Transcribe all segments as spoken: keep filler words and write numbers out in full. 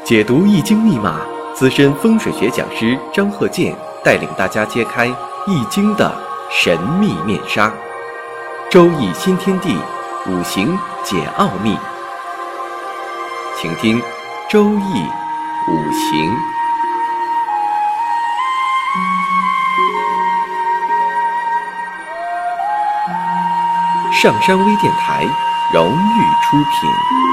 解读易经密码，资深风水学讲师张鹤剑带领大家揭开易经的神秘面纱。周易新天地，五行解奥秘。请听周易五行。上山微电台荣誉出品。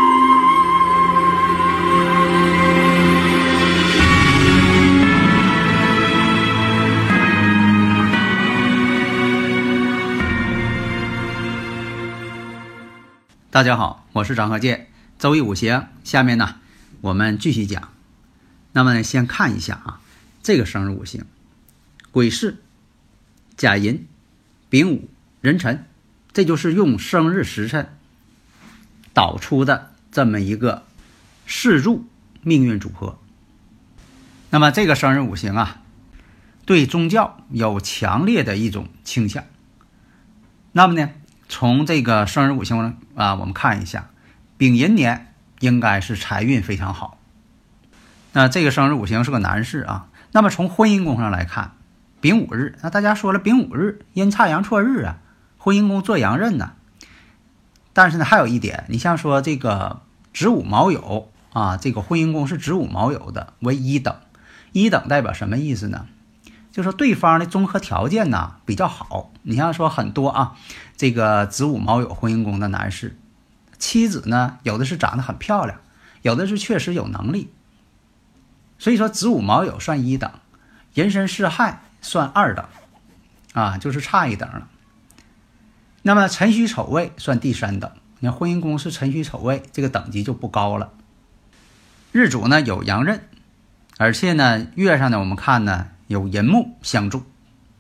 大家好，我是张鹤剑，周易五行。下面呢，我们继续讲。那么呢，先看一下啊，这个生日五行：癸巳、甲寅、丙午、壬辰，这就是用生日时辰导出的这么一个四柱命运组合。那么这个生日五行啊，对宗教有强烈的一种倾向。那么呢，从这个生日五行啊，我们看一下，丙寅年应该是财运非常好。那这个生日五行是个男士啊。那么从婚姻宫上来看，丙午日，那大家说了，丙午日阴差阳错日啊，婚姻宫做阳刃呢。但是呢，还有一点，你像说这个子午卯酉啊，这个婚姻宫是子午卯酉的，为一等。一等代表什么意思呢？就说对方的综合条件呢比较好。你像说很多啊，这个子午卯酉婚姻宫的男士，妻子呢有的是长得很漂亮，有的是确实有能力。所以说子午卯酉算一等，寅申巳亥算二等啊，就是差一等了。那么辰戌丑未算第三等，你看婚姻宫是辰戌丑未，这个等级就不高了。日主呢有阳刃，而且呢月上呢我们看呢有寅木相助，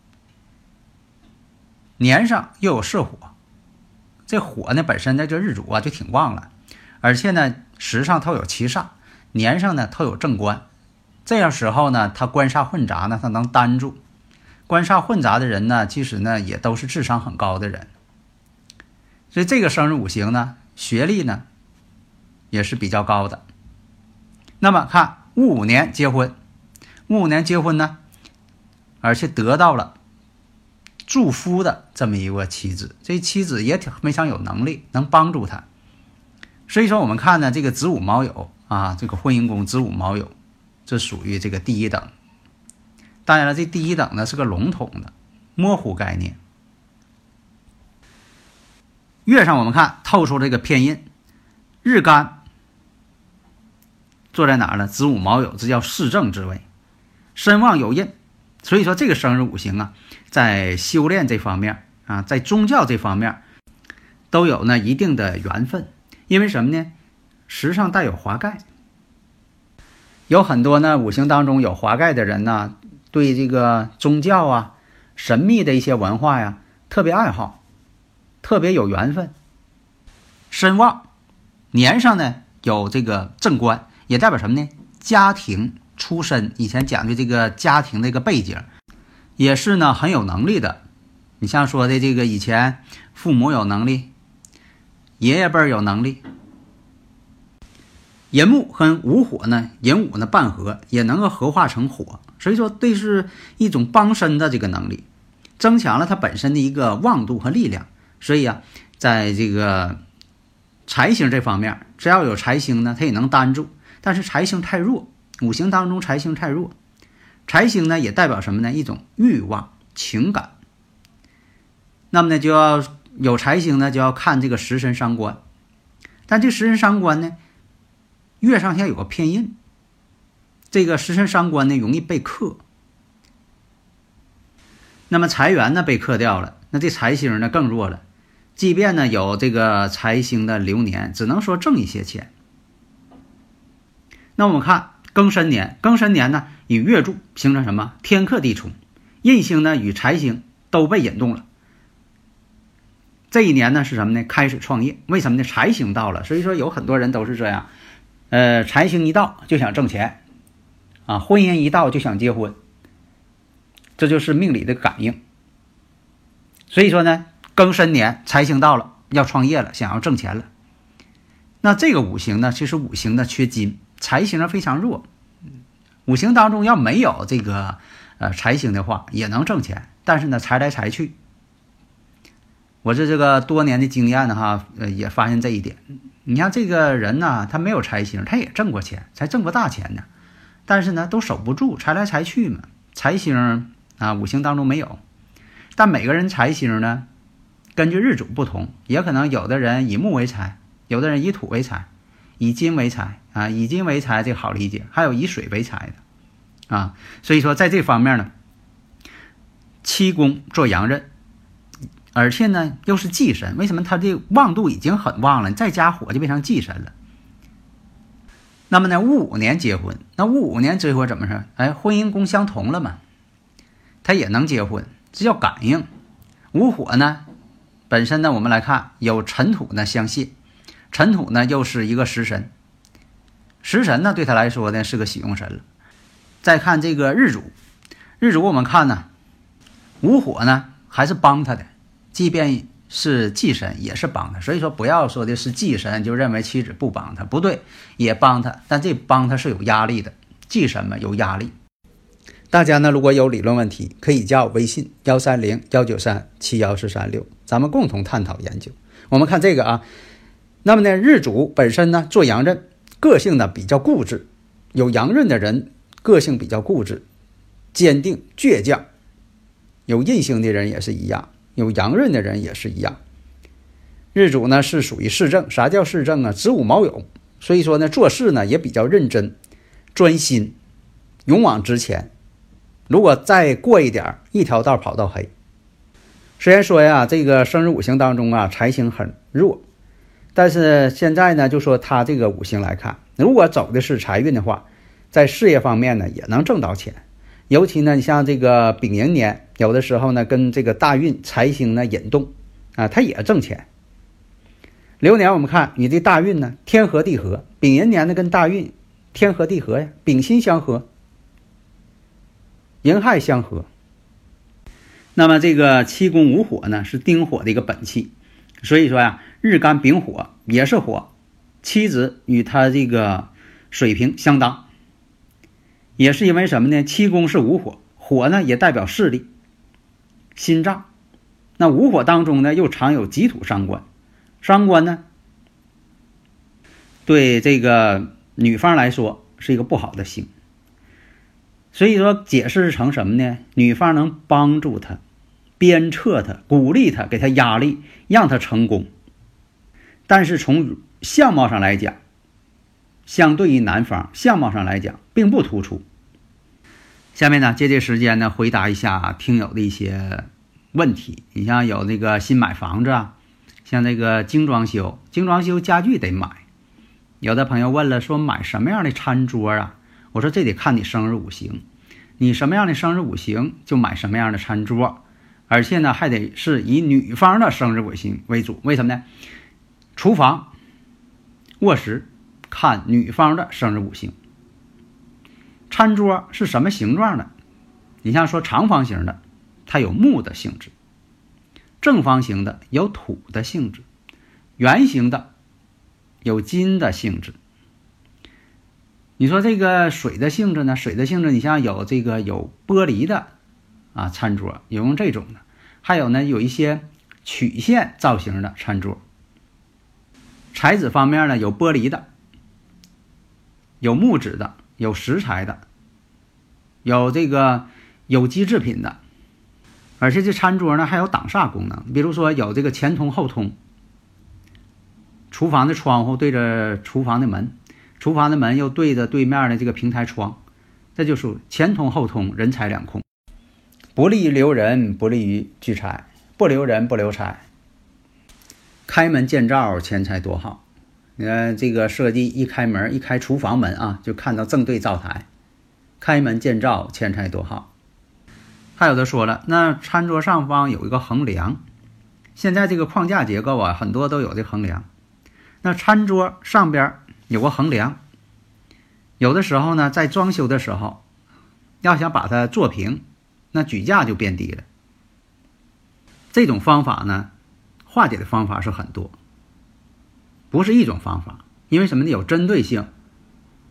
年上又有巳火，这火呢本身呢这日主啊就挺旺了，而且呢时上透有七煞，年上呢透有正官，这样时候呢他官煞混杂呢他能担住。官煞混杂的人呢其实呢也都是智商很高的人。所以这个生日五行呢学历呢也是比较高的。那么看戊午年结婚，戊午年结婚呢，而且得到了祝夫的这么一个妻子，这妻子也挺非常有能力，能帮助他。所以说我们看呢，这个子午卯酉啊，这个婚姻宫子午卯酉，这属于这个第一等。当然了，这第一等呢是个笼统的模糊概念。月上我们看透出这个偏印，日干坐在哪儿呢？子午卯酉，这叫巳正之位，身旺有印。所以说这个生日五行啊，在修炼这方面啊，在宗教这方面都有呢一定的缘分。因为什么呢？时上带有华盖，有很多呢五行当中有华盖的人呢，对这个宗教啊、神秘的一些文化呀特别爱好，特别有缘分。身旺，年上呢有这个正官，也代表什么呢？家庭出身，以前讲的这个家庭的一个背景，也是呢很有能力的。你像说的这个以前父母有能力，爷爷辈有能力。寅木和午火呢，寅午呢半合，也能够合化成火，所以说这是一种帮身的这个能力，增强了它本身的一个旺度和力量。所以啊，在这个财星这方面，只要有财星呢，它也能担住。但是财星太弱，五行当中财星太弱，财星呢也代表什么呢？一种欲望、情感。那么呢，就要有财星呢，就要看这个食神伤官。但这食神伤官呢，月上下有个偏印，这个食神伤官呢容易被克。那么财源呢被克掉了，那这财星呢更弱了。即便呢有这个财星的流年，只能说挣一些钱。那我们看庚申年，庚申年呢与月柱形成什么？天克地冲，印星呢与财星都被引动了。这一年呢是什么呢？开始创业。为什么呢？财星到了，所以说有很多人都是这样，呃，财星一到就想挣钱啊，婚姻一到就想结婚，这就是命理的感应。所以说呢，庚申年财星到了，要创业了，想要挣钱了。那这个五行呢，其实五行呢缺金， 财星非常弱。五行当中要没有这个呃财星的话，也能挣钱，但是呢财来财去。我这这个多年的经验呢哈，呃也发现这一点。你看这个人呢，他没有财星，他也挣过钱，才挣过大钱呢，但是呢都守不住，财来财去嘛。财星啊，五行当中没有，但每个人财星呢，根据日主不同，也可能有的人以木为财，有的人以土为财，以金为财啊，以金为财这个好理解，还有以水为财的啊。所以说在这方面呢，七宫做阳刃，而且呢又是忌神，为什么他的旺度已经很旺了，你再加火就变成忌神了。那么呢戊午年结婚，那戊午年结婚怎么着？哎，婚姻宫相同了嘛，他也能结婚，这叫感应。午火呢本身呢我们来看有尘土呢相泄，尘土呢又是一个食神，食神呢对他来说呢是个喜用神了。再看这个日主，日主我们看呢午火呢还是帮他的，即便是忌神也是帮他，所以说不要说的是忌神就认为妻子不帮他，不对，也帮他，但这帮他是有压力的，忌神嘛有压力。大家呢如果有理论问题，可以加我微信幺三零幺九三七幺四三六，咱们共同探讨研究。我们看这个啊，那么呢日主本身呢做阳刃，个性呢比较固执，有阳刃的人个性比较固执、坚定、倔强，有印星的人也是一样，有阳刃的人也是一样。日主呢是属于市正，啥叫市正啊？子午卯酉，所以说呢做事呢也比较认真、专心、勇往直前。如果再过一点，一条道跑到黑。虽然说呀这个生日五行当中啊财星很弱，但是现在呢就说他这个五行来看，如果走的是财运的话，在事业方面呢也能挣到钱。尤其呢你像这个丙寅年，有的时候呢跟这个大运财星呢引动啊，他也挣钱。流年我们看你这大运呢天合地合，丙寅年呢跟大运天合地合呀，丙辛相合，寅亥相合。那么这个七宫午火呢是丁火的一个本气，所以说呀日干丙火也是火，妻子与他这个水平相当，也是因为什么呢？七宫是午火，火呢也代表势力、心脏。那午火当中呢又常有己土伤官，伤官呢对这个女方来说是一个不好的星，所以说解释成什么呢？女方能帮助他、鞭策他、鼓励他，给他压力，让他成功。但是从相貌上来讲，相对于男方相貌上来讲并不突出。下面呢借这时间呢回答一下听友的一些问题。你像有那个新买房子啊，像这个精装修，精装修家具得买。有的朋友问了说买什么样的餐桌啊？我说这得看你生日五行，你什么样的生日五行就买什么样的餐桌，而且呢还得是以女方的生日五行为主。为什么呢？厨房、卧室看女方的生日五行。餐桌是什么形状的？你像说长方形的，它有木的性质；正方形的有土的性质；圆形的有金的性质。你说这个水的性质呢？水的性质，你像有这个有玻璃的啊餐桌，有用这种的；还有呢有一些曲线造型的餐桌。材质方面呢，有玻璃的，有木质的，有石材的，有这个有机制品的。而且这餐桌呢还有挡煞功能，比如说有这个前通后通，厨房的窗户对着厨房的门，厨房的门又对着对面的这个平台窗，这就是前通后通，人财两空。不利于留人，不利于聚财，不留人不留财。开门见灶，钱财多好。你看这个设计一开门，一开厨房门啊，就看到正对灶台，开门见灶，钱财多好。还有的说了，那餐桌上方有一个横梁，现在这个框架结构啊，很多都有这横梁。那餐桌上边有个横梁，有的时候呢，在装修的时候，要想把它做平，那举架就变低了。这种方法呢，化解的方法是很多，不是一种方法。因为什么呢？有针对性，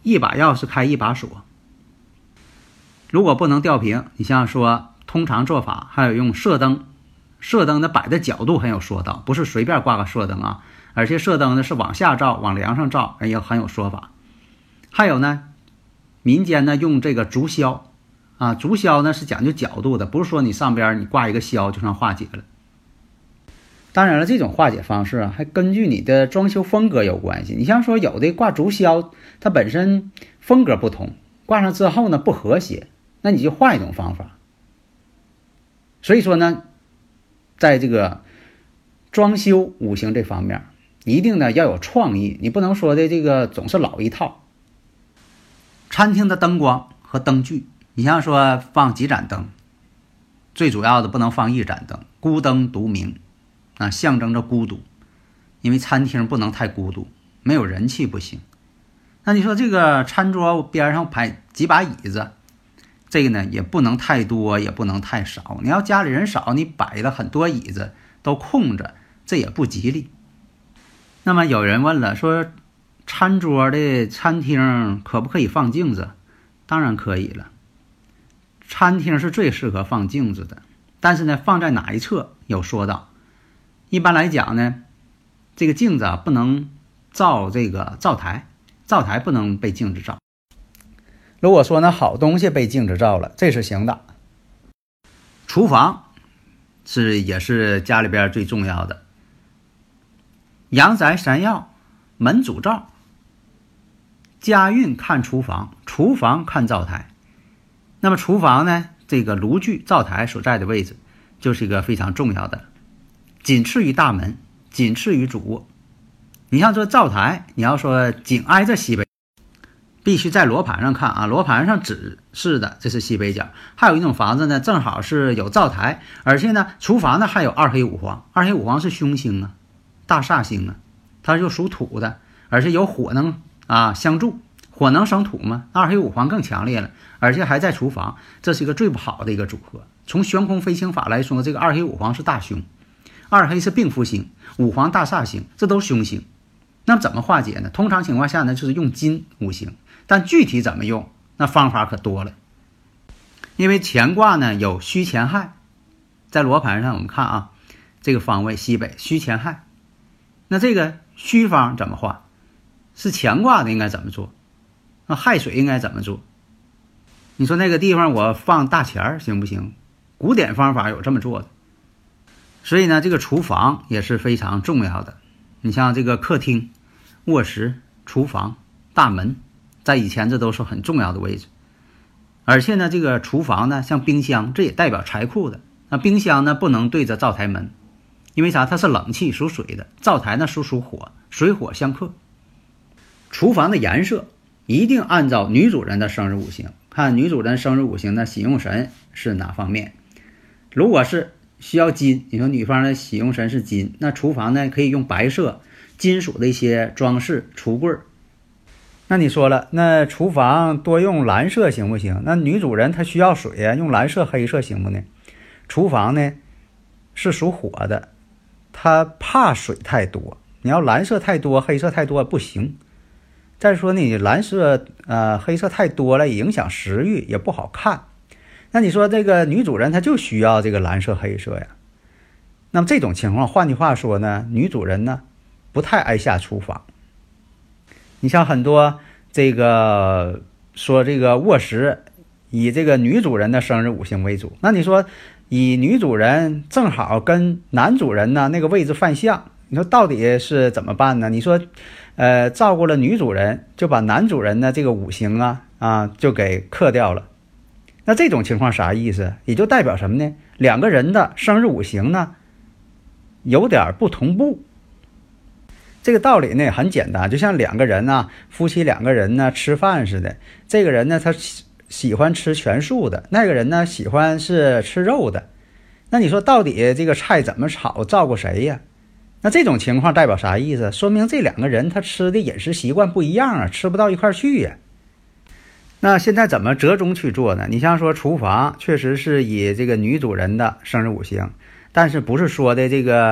一把钥匙开一把锁。如果不能吊瓶，你像说通常做法还有用射灯，射灯的摆的角度很有说道，不是随便挂个射灯啊，而且射灯呢是往下照往梁上照，也很有说法。还有呢，民间呢用这个竹箫啊，竹箫呢是讲究角度的，不是说你上边你挂一个箫就算化解了。当然了，这种化解方式啊，还根据你的装修风格有关系。你像说有的挂竹箫，它本身风格不同，挂上之后呢不和谐，那你就换一种方法。所以说呢，在这个装修五行这方面，一定呢要有创意，你不能说的这个总是老一套。餐厅的灯光和灯具，你像说放几盏灯，最主要的不能放一盏灯，孤灯独明啊，象征着孤独，因为餐厅不能太孤独，没有人气不行。那你说这个餐桌边上摆几把椅子，这个呢也不能太多，也不能太少。你要家里人少，你摆了很多椅子都空着，这也不吉利。那么有人问了，说餐桌的餐厅可不可以放镜子？当然可以了，餐厅是最适合放镜子的，但是呢放在哪一侧有说道。一般来讲呢，这个镜子啊不能照这个灶台，灶台不能被镜子照。如果说呢好东西被镜子照了，这是行的。厨房是也是家里边最重要的，阳宅三要，门主灶，家运看厨房，厨房看灶台。那么厨房呢，这个炉具灶台所在的位置就是一个非常重要的，仅次于大门，仅次于主卧。你像说灶台，你要说紧挨着西北，必须在罗盘上看啊，罗盘上指示的这是西北角。还有一种房子呢，正好是有灶台，而且呢厨房呢还有二黑五黄，二黑五黄是凶星啊，大煞星啊，它就属土的，而且有火能啊相助，火能生土嘛，二黑五黄更强烈了，而且还在厨房，这是一个最不好的一个组合。从悬空飞行法来说，这个二黑五黄是大凶，二黑是病符星，五黄大煞星，这都凶星。那么怎么化解呢？通常情况下呢，就是用金五行，但具体怎么用，那方法可多了。因为乾卦呢有戌乾亥，在罗盘上我们看啊，这个方位西北戌乾亥，那这个戌方怎么化？是乾卦的应该怎么做？那亥水应该怎么做？你说那个地方我放大钱行不行？古典方法有这么做的。所以呢，这个厨房也是非常重要的。你像这个客厅、卧室、厨房、大门，在以前这都是很重要的位置。而且呢，这个厨房呢，像冰箱，这也代表财库的。那冰箱呢，不能对着灶台门，因为啥？它是冷气，属水的；灶台呢，属属火，水火相克。厨房的颜色一定按照女主人的生日五行，看女主人生日五行的喜用神是哪方面。如果是需要金，你说女方的喜用神是金，那厨房呢可以用白色金属的一些装饰，橱柜。那你说了，那厨房多用蓝色行不行？那女主人她需要水啊，用蓝色黑色行不呢？厨房呢是属火的，它怕水太多，你要蓝色太多黑色太多不行。再说你蓝色呃黑色太多了，影响食欲，也不好看。那你说这个女主人她就需要这个蓝色黑色呀。那么这种情况，换句话说呢，女主人呢不太爱下厨房。你像很多这个说这个卧室以这个女主人的生日五行为主，那你说以女主人正好跟男主人呢那个位置犯相，你说到底是怎么办呢？你说呃照顾了女主人，就把男主人的这个五行啊啊就给克掉了。那这种情况啥意思？也就代表什么呢？两个人的生日五行呢有点不同步。这个道理呢很简单，就像两个人呢，夫妻两个人呢吃饭似的，这个人呢他喜欢吃全素的，那个人呢喜欢是吃肉的。那你说到底这个菜怎么炒，照顾谁呀？那这种情况代表啥意思？说明这两个人他吃的饮食习惯不一样啊，吃不到一块去呀。那现在怎么折中去做呢？你像说厨房确实是以这个女主人的生日五行，但是不是说的这个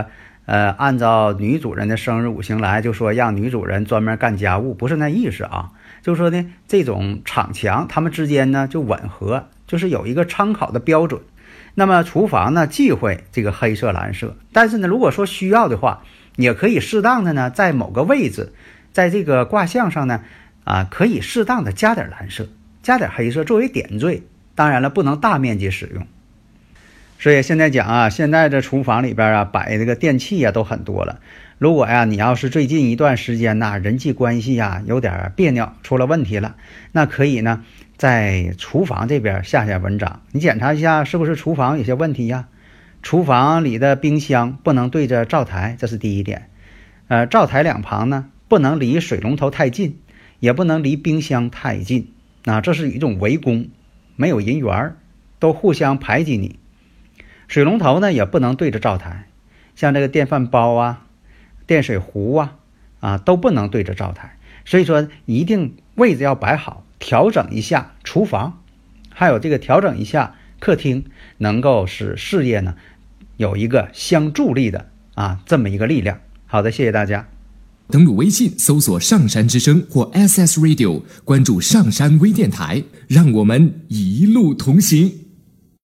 呃，按照女主人的生日五行来，就说让女主人专门干家务，不是那意思啊。就是说呢，这种场强，他们之间呢就吻合，就是有一个参考的标准。那么厨房呢忌讳这个黑色蓝色，但是呢，如果说需要的话，也可以适当的呢，在某个位置，在这个卦象上呢，啊，可以适当的加点蓝色，加点黑色作为点缀。当然了，不能大面积使用。所以现在讲啊，现在这厨房里边啊，摆这个电器啊都很多了。如果呀，你要是最近一段时间呐，人际关系呀有点别扭，出了问题了，那可以呢，在厨房这边下下文章，你检查一下是不是厨房有些问题呀？厨房里的冰箱不能对着灶台，这是第一点。呃，灶台两旁呢，不能离水龙头太近，也不能离冰箱太近。啊，这是一种围攻，没有人缘，都互相排挤你。水龙头呢，也不能对着灶台，像这个电饭煲啊、电水壶啊，啊都不能对着灶台。所以说，一定位置要摆好，调整一下厨房，还有这个调整一下客厅，能够使事业呢有一个相助力的啊这么一个力量。好的，谢谢大家。 登录微信搜索上山之声或 S S Radio， 关注上山微电台，让我们一路同行。